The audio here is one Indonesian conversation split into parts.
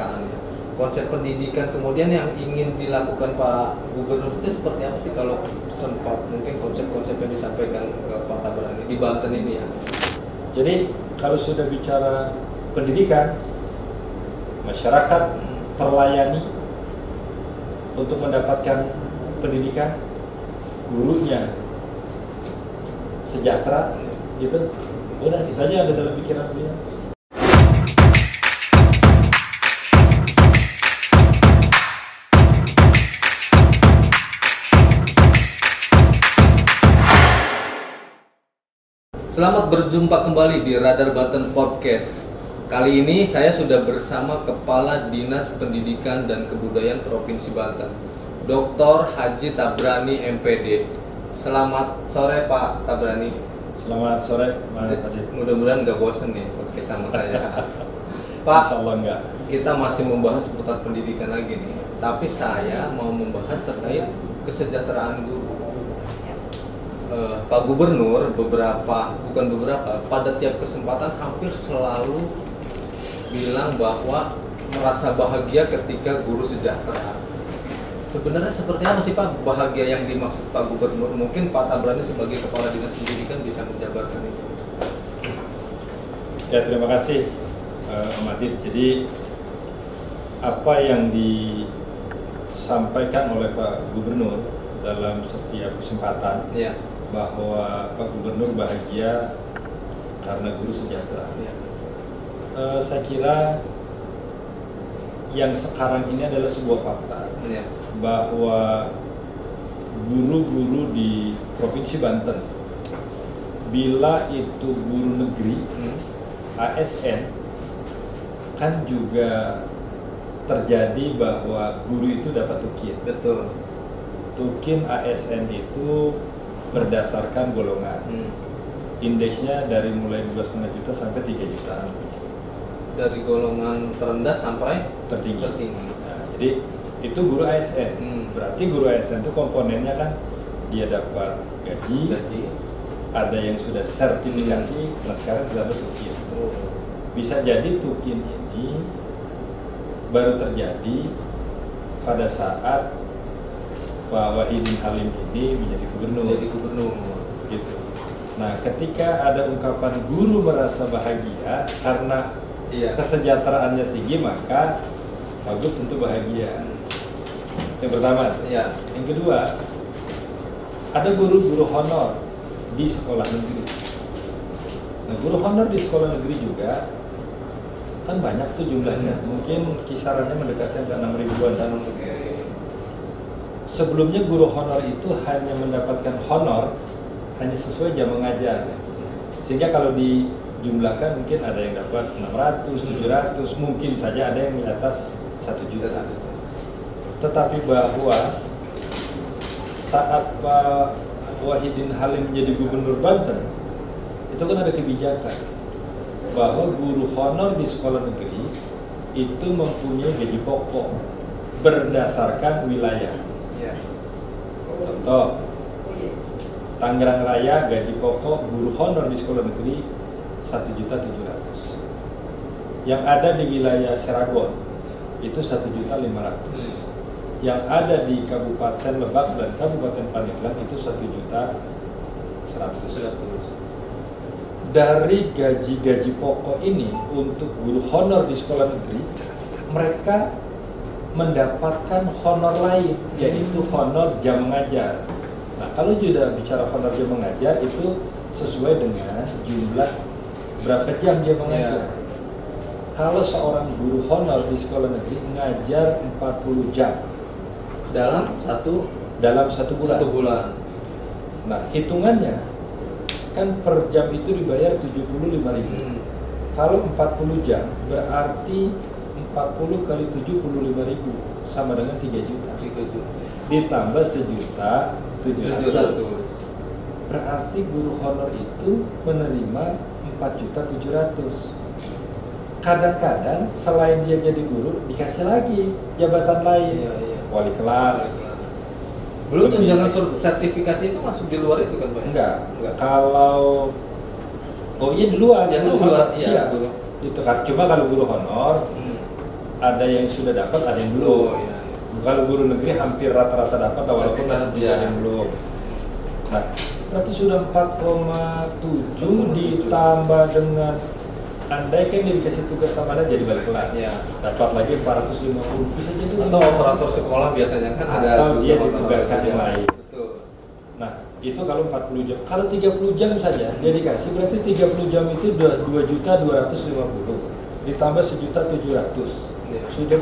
Konsep pendidikan kemudian yang ingin dilakukan Pak Gubernur itu seperti apa sih, kalau sempat mungkin konsep-konsep yang disampaikan ke Pak Tabrani di Banten ini ya? Jadi kalau sudah bicara pendidikan, masyarakat terlayani untuk mendapatkan pendidikan, gurunya sejahtera, gitu. Udah, itu saja ada dalam pikiran beliau. Selamat berjumpa kembali di Radar Banten Podcast. Kali ini saya sudah bersama Kepala Dinas Pendidikan dan Kebudayaan Provinsi Banten, Dr. Haji Tabrani MPD. Selamat sore Pak Tabrani. Selamat sore Mas Adit. Mudah-mudahan nggak bosen nih podcast sama saya. Pak, Insyaallah enggak. Kita masih membahas seputar pendidikan lagi nih. Tapi saya mau membahas terkait kesejahteraan guru. Pak Gubernur pada tiap kesempatan hampir selalu bilang bahwa merasa bahagia ketika guru sejahtera. Sebenarnya seperti apa sih Pak bahagia yang dimaksud Pak Gubernur? Mungkin Pak Tabrani sebagai Kepala Dinas Pendidikan bisa menjabarkan itu. Ya, terima kasih Om Adit. Jadi apa yang disampaikan oleh Pak Gubernur dalam setiap kesempatan, ya, bahwa Pak Gubernur bahagia karena guru sejahtera. Ya. Saya kira yang sekarang ini adalah sebuah fakta, ya, bahwa guru-guru di Provinsi Banten, bila itu guru negeri, ASN, kan juga terjadi bahwa guru itu dapat tukin. Betul. Tukin ASN itu berdasarkan golongan. Indeksnya dari mulai 2,5 juta sampai 3 juta. Dari golongan terendah sampai tertinggi. Nah, jadi itu guru ASN. Berarti guru ASN itu komponennya kan dia dapat gaji, ada yang sudah sertifikasi, nah sekarang kita dapat tukin. Bisa jadi tukin ini baru terjadi pada saat Pak Wahidin Halim ini menjadi gubernur. Gitu. Nah, ketika ada ungkapan guru merasa bahagia karena kesejahteraannya tinggi, maka Pak Gub tentu bahagia. Yang pertama. Ya. Yang kedua, ada guru-guru honor di sekolah negeri. Nah, guru honor di sekolah negeri juga kan banyak tuh jumlahnya. Mungkin kisarannya mendekati 6 ribuan. Sebelumnya guru honor itu hanya mendapatkan honor hanya sesuai jam mengajar, sehingga kalau dijumlahkan mungkin ada yang dapat 600, 700, mungkin saja ada yang di atas 1 juta. Tetapi bahwa saat Pak Wahidin Halim menjadi gubernur Banten, itu kan ada kebijakan bahwa guru honor di sekolah negeri itu mempunyai gaji pokok berdasarkan wilayah. Contoh, Tangerang Raya gaji pokok guru honor di sekolah negeri 1.700.000. Yang ada di wilayah Seragon itu 1.500.000. Yang ada di Kabupaten Lebak dan Kabupaten Pandeglang itu 1.100.000. Dari gaji-gaji pokok ini untuk guru honor di sekolah negeri, mereka mendapatkan honor lain, yaitu honor jam mengajar. Nah, kalau sudah bicara honor jam mengajar, itu sesuai dengan jumlah berapa jam dia mengajar. Kalau seorang guru honor di sekolah negeri ngajar 40 jam dalam satu bulan. Nah, hitungannya kan per jam itu dibayar 75.000. Kalau 40 jam berarti 40 kali 75.000 sama dengan 3 juta. Ditambah 1.700.000. Berarti guru honor itu menerima 4.700.000. Kadang-kadang selain dia jadi guru dikasih lagi jabatan lain, wali kelas. Belum tunjangan sertifikasi itu masuk di luar itu kan Pak? Enggak. Kalau di luar. Iya. Itu kan cuma kalau guru honor ada yang sudah dapat, ada yang belum. Oh, iya. Kalau guru negeri hampir rata-rata dapat, walaupun masih Iya. ada yang belum. Nah, berarti sudah 4,7 ditambah dengan andai kan dia dikasih tugas tambahan jadi balik kelas, Iya. dapat lagi 450, bisa jadi Atau operator sekolah biasanya kan ada atau dia juga ditugaskan operator yang sekolah. lain. Betul. Nah, itu kalau 40 jam. Kalau 30 jam saja dia dikasih, berarti 30 jam itu 2.250.000 ditambah 1.700.000. Iya. Sudah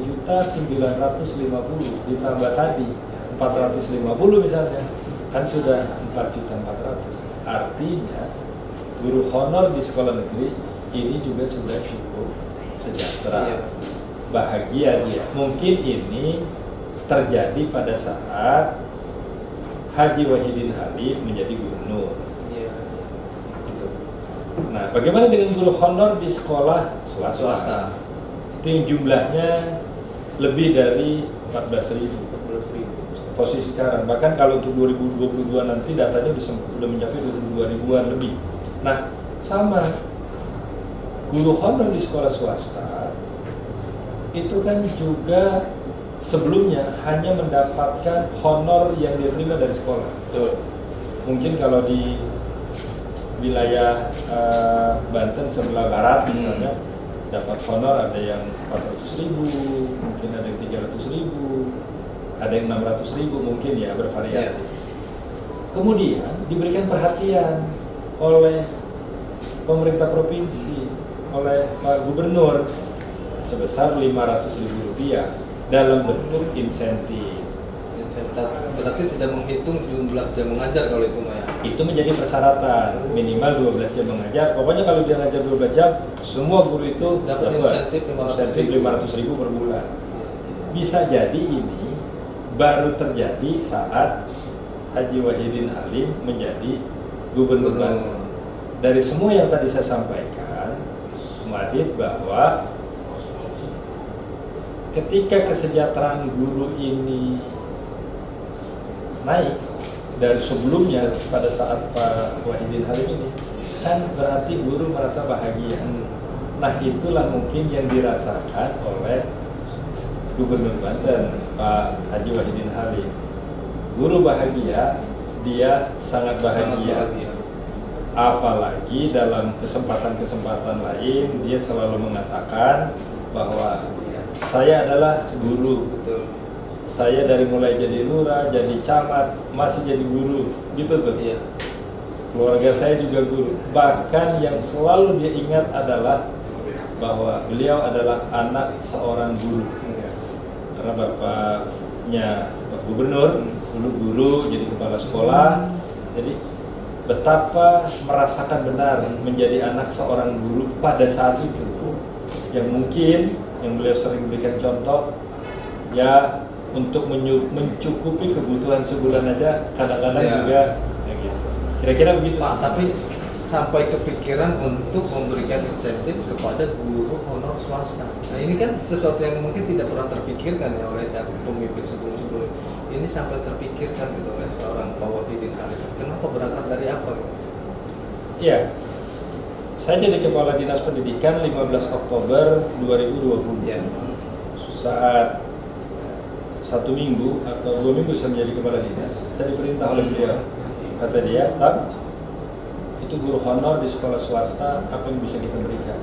3.950.000 ditambah tadi 450 misalnya, kan sudah 4.400.000. Artinya guru honor di sekolah negeri ini juga sudah cukup sejahtera, Iya. bahagia dia. Mungkin ini terjadi pada saat Haji Wahidin Halim menjadi gubernur. Iya. Gitu. Nah, bagaimana dengan guru honor di sekolah swasta? Itu yang jumlahnya lebih dari 14.000 posisi sekarang. Bahkan kalau untuk 2022 nanti datanya sudah mencapai 22 ribuan lebih. Nah, sama guru honor di sekolah swasta itu kan juga sebelumnya hanya mendapatkan honor yang diterima dari sekolah. Betul. Mungkin kalau di wilayah Banten sebelah barat misalnya dapat honor ada yang 400.000, mungkin ada yang 300.000, ada yang 600.000 mungkin ya, bervariatif. Kemudian diberikan perhatian oleh pemerintah provinsi, oleh Pak Gubernur sebesar Rp500.000 dalam bentuk insentif. Berarti tidak menghitung jumlah jam mengajar kalau itu Maya. Itu menjadi persyaratan, minimal 12 jam mengajar. Pokoknya kalau dia ngajar 12 jam, semua guru itu Dapat insentif 500.000 per bulan. Bisa jadi ini baru terjadi saat Haji Wahidin Halim menjadi gubernur Banten. Dari semua yang tadi saya sampaikan, Madid, bahwa ketika kesejahteraan guru ini naik dari sebelumnya pada saat Pak Wahidin Halim ini, kan berarti guru merasa bahagia. Nah, itulah mungkin yang dirasakan oleh Gubernur Banten Pak Haji Wahidin Halim. Guru bahagia, dia sangat bahagia. Apalagi dalam kesempatan-kesempatan lain dia selalu mengatakan bahwa saya adalah guru. Betul. Saya dari mulai jadi lurah, jadi camat, masih jadi guru, gitu tuh. Iya. Keluarga saya juga guru. Bahkan yang selalu dia ingat adalah bahwa beliau adalah anak seorang guru. Iya. Karena bapaknya Pak Gubernur dulu guru, jadi kepala sekolah. Jadi betapa merasakan benar menjadi anak seorang guru pada saat itu, yang mungkin yang beliau sering berikan contoh ya, untuk mencukupi kebutuhan sebulan aja kadang-kadang Ya. juga ya gitu. Kira-kira begitu Pak, tapi sampai kepikiran untuk memberikan insentif kepada guru honor swasta. Nah, ini kan sesuatu yang mungkin tidak pernah terpikirkan ya oleh siapa pemimpin sebelum-sebelum. Ini sampai terpikirkan gitu oleh seorang Pak Wahidin Halim. Kenapa, berangkat dari apa gitu? Iya. Saya jadi Kepala Dinas Pendidikan 15 Oktober 2020. Ya. Saat 1 minggu atau 2 minggu saya menjadi Kepala Dinas, saya diperintah oleh beliau. Kata dia, "Tam, itu guru honor di sekolah swasta, apa yang bisa kita berikan?"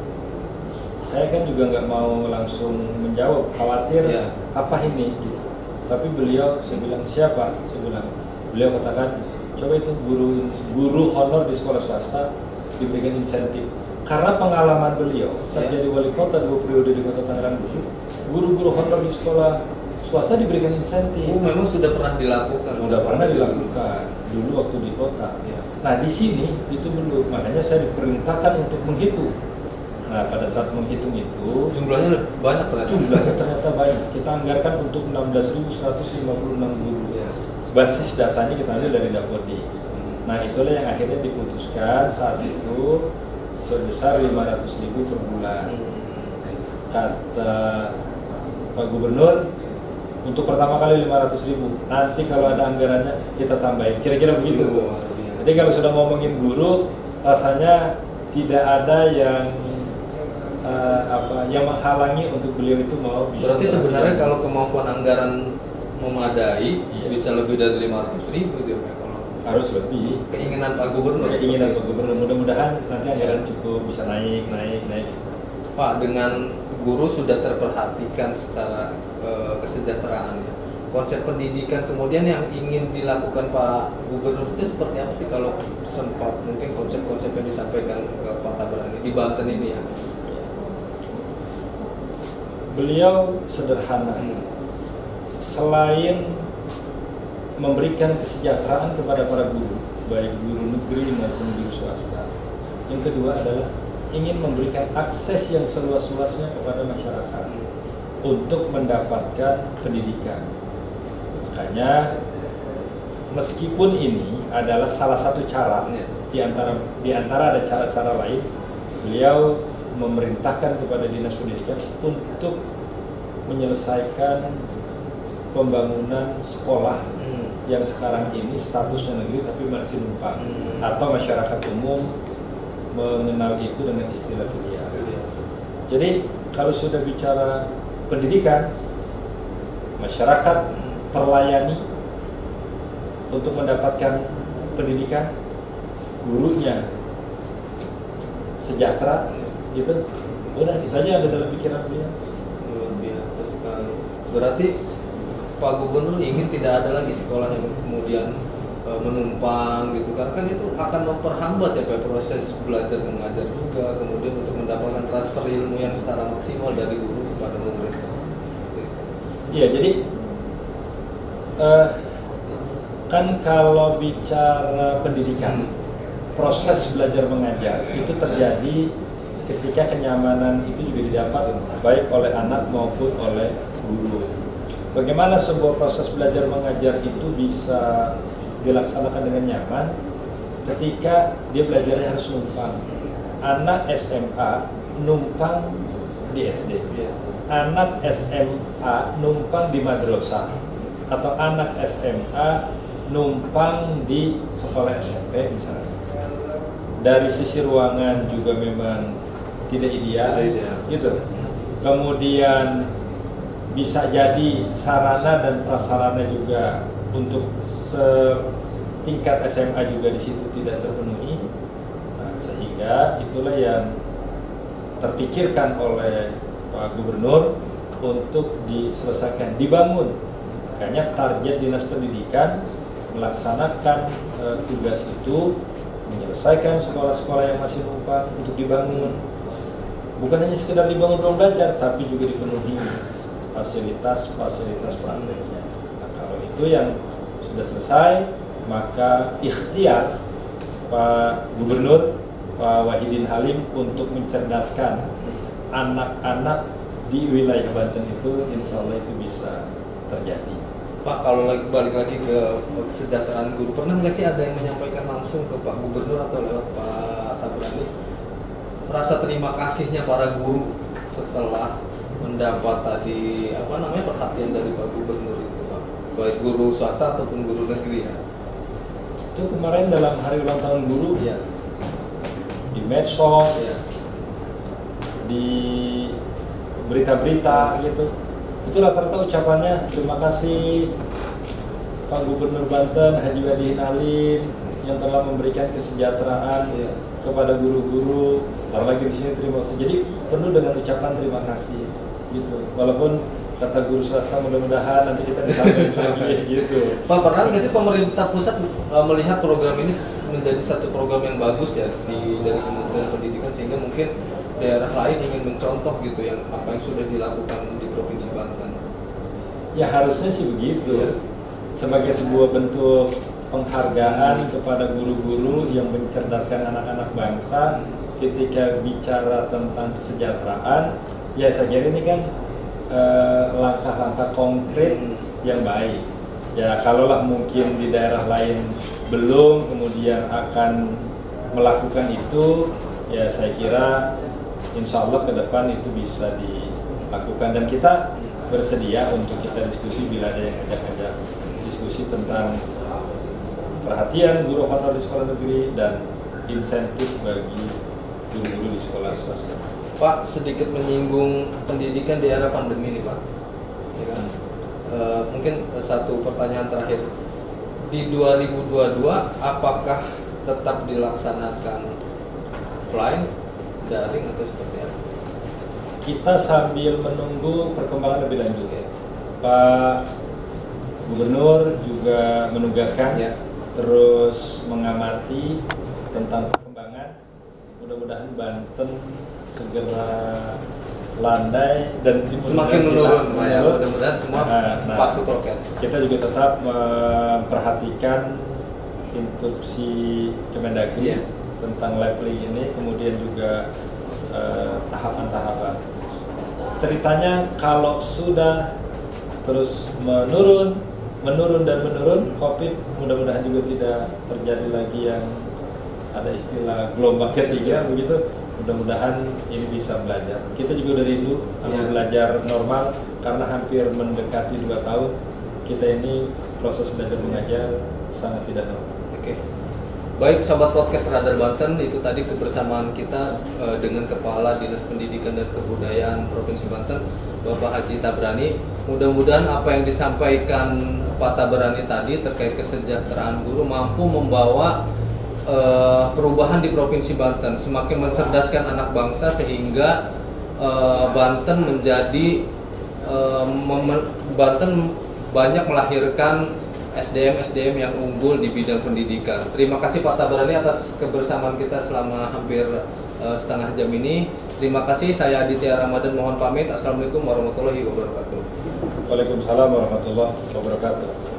Saya kan juga nggak mau langsung menjawab, khawatir Ya. apa ini gitu. Tapi beliau, saya bilang, "Siapa?" Saya bilang, beliau katakan, "Coba itu guru honor di sekolah swasta diberikan insentif." Karena pengalaman beliau saat jadi wali kota 2 periode di Kota Tangerang dulu, guru-guru honor di sekolah swasta diberikan insentif. Memang sudah pernah dilakukan. Sudah pernah dilakukan dulu waktu di kota. Ya. Nah, di sini itu belum, makanya saya diperintahkan untuk menghitung. Nah, pada saat menghitung itu Jumlahnya banyak ternyata. jumlahnya ternyata banyak. Kita anggarkan untuk 16.156 guru. Ya. Basis datanya kita ambil dari Dapodi. Nah, itulah yang akhirnya diputuskan saat itu sebesar 500.000 per bulan. Kata Pak Gubernur, untuk pertama kali 500.000. Nanti kalau ada anggarannya kita tambahin. Kira-kira begitu tuh. Jadi kalau sudah ngomongin guru, rasanya tidak ada yang yang menghalangi untuk beliau itu mau bisa. Berarti sebenarnya kalau kemampuan anggaran memadai, iya, bisa lebih dari 500.000 gitu ya, kalau harus lebih. Keinginan Pak Gubernur. Keinginan Pak Gubernur, mudah-mudahan nanti anggaran cukup bisa naik. Gitu. Pak, dengan guru sudah terperhatikan secara kesejahteraannya. Konsep pendidikan kemudian yang ingin dilakukan Pak Gubernur itu seperti apa sih, kalau sempat mungkin konsep-konsep yang disampaikan ke Pak Tabrani di Banten ini ya? Beliau sederhana. Selain memberikan kesejahteraan kepada para guru, baik guru negeri maupun guru swasta, yang kedua adalah ingin memberikan akses yang seluas-luasnya kepada masyarakat untuk mendapatkan pendidikan. Makanya meskipun ini adalah salah satu cara, di antara ada cara-cara lain, beliau memerintahkan kepada Dinas Pendidikan untuk menyelesaikan pembangunan sekolah yang sekarang ini statusnya negeri tapi masih numpang, atau masyarakat umum mengenal itu dengan istilah filial. Jadi kalau sudah bicara pendidikan, masyarakat terlayani untuk mendapatkan pendidikan, gurunya sejahtera, gitu. Udah, itu saja ada dalam pikiran beliau. Luar biasa sekali. Berarti Pak Gubernur ingin tidak ada lagi sekolah yang kemudian menumpang gitu, karena kan itu akan memperhambat ya Pak proses belajar mengajar juga, kemudian untuk mendapatkan transfer ilmu yang secara maksimal dari guru kepada murid. Iya, jadi kan kalau bicara pendidikan, proses belajar mengajar itu terjadi ketika kenyamanan itu juga didapat baik oleh anak maupun oleh guru. Bagaimana sebuah proses belajar mengajar itu bisa dilaksanakan dengan nyaman ketika dia belajarnya harus numpang. Anak SMA numpang di SD, anak SMA numpang di madrasah, atau anak SMA numpang di sekolah SMP misalnya. Dari sisi ruangan juga memang tidak ideal, gitu. Kemudian bisa jadi sarana dan prasarana juga untuk setingkat SMA juga di situ tidak terpenuhi. Nah, sehingga itulah yang terpikirkan oleh Pak Gubernur untuk diselesaikan, dibangun. Makanya target Dinas Pendidikan melaksanakan tugas itu, menyelesaikan sekolah-sekolah yang masih numpang untuk dibangun. Bukan hanya sekedar dibangun ruang belajar, tapi juga dipenuhi fasilitas prakteknya. Nah, kalau itu yang sudah selesai, maka ikhtiar Pak Gubernur, Pak Wahidin Halim untuk mencerdaskan anak-anak di wilayah Banten itu, insya Allah itu bisa terjadi. Pak, kalau balik lagi ke kesejahteraan guru, pernah nggak sih ada yang menyampaikan langsung ke Pak Gubernur atau lewat Pak Tabrani rasa terima kasihnya para guru setelah mendapat tadi perhatian dari Pak Gubernur itu, Pak, baik guru swasta ataupun guru negeri ya? Itu kemarin dalam hari ulang tahun guru ya, di medsos, ya, di berita-berita gitu. Itu rata-rata ucapannya terima kasih Pak Gubernur Banten Haji Wahidin Halim yang telah memberikan kesejahteraan kepada guru-guru. Taruh lagi di sini terima kasih. Jadi penuh dengan ucapan terima kasih gitu. Walaupun kata guru swasta mudah-mudahan nanti kita disampaikan lagi gitu. Pak, pernah nggak sih pemerintah pusat melihat program ini menjadi satu program yang bagus ya dari Kementerian Pendidikan, sehingga mungkin daerah lain ingin mencontoh gitu yang apa yang sudah dilakukan di Provinsi Banten? Ya harusnya sih begitu ya. Sebagai sebuah bentuk penghargaan kepada guru-guru yang mencerdaskan anak-anak bangsa ketika bicara tentang kesejahteraan. Ya saya kira ini kan langkah-langkah konkret yang baik. Ya kalaulah mungkin di daerah lain belum kemudian akan melakukan itu, ya saya kira insya Allah ke depan itu bisa dilakukan, dan kita bersedia untuk kita diskusi bila ada yang ngajak-ngajak diskusi tentang perhatian guru honor di sekolah negeri dan insentif bagi guru-guru di sekolah swasta. Pak, sedikit menyinggung pendidikan di era pandemi ini, Pak. Ya kan? Mungkin satu pertanyaan terakhir. Di 2022 apakah tetap dilaksanakan offline, daring atau seperti apa? Kita sambil menunggu perkembangan lebih lanjut. Pak Gubernur juga menugaskan terus mengamati tentang perkembangan. Mudah-mudahan Banten segera landai dan semakin menurun, Pak ya. Mudah-mudahan semua patuh prokes. Kita juga tetap memperhatikan instruksi Kemendagri tentang leveling ini, kemudian juga tahapan-tahapan. Ceritanya kalau sudah terus menurun dan menurun, COVID mudah-mudahan juga tidak terjadi lagi yang ada istilah gelombang ketiga begitu. Mudah-mudahan ini bisa belajar. Kita juga dari dulu belajar normal karena hampir mendekati 2 tahun. Kita ini proses belajar mengajar sangat tidak normal. Oke. Baik, sahabat podcast Radar Banten, itu tadi kebersamaan kita dengan Kepala Dinas Pendidikan dan Kebudayaan Provinsi Banten, Bapak Haji Tabrani. Mudah-mudahan apa yang disampaikan Pak Tabrani tadi terkait kesejahteraan guru mampu membawa perubahan di Provinsi Banten, semakin mencerdaskan anak bangsa sehingga Banten menjadi Banten banyak melahirkan SDM yang unggul di bidang pendidikan. Terima kasih Pak Tabrani atas kebersamaan kita selama hampir setengah jam ini. Terima kasih, saya Aditya Ramadan mohon pamit. Assalamualaikum warahmatullahi wabarakatuh. Waalaikumsalam warahmatullahi wabarakatuh.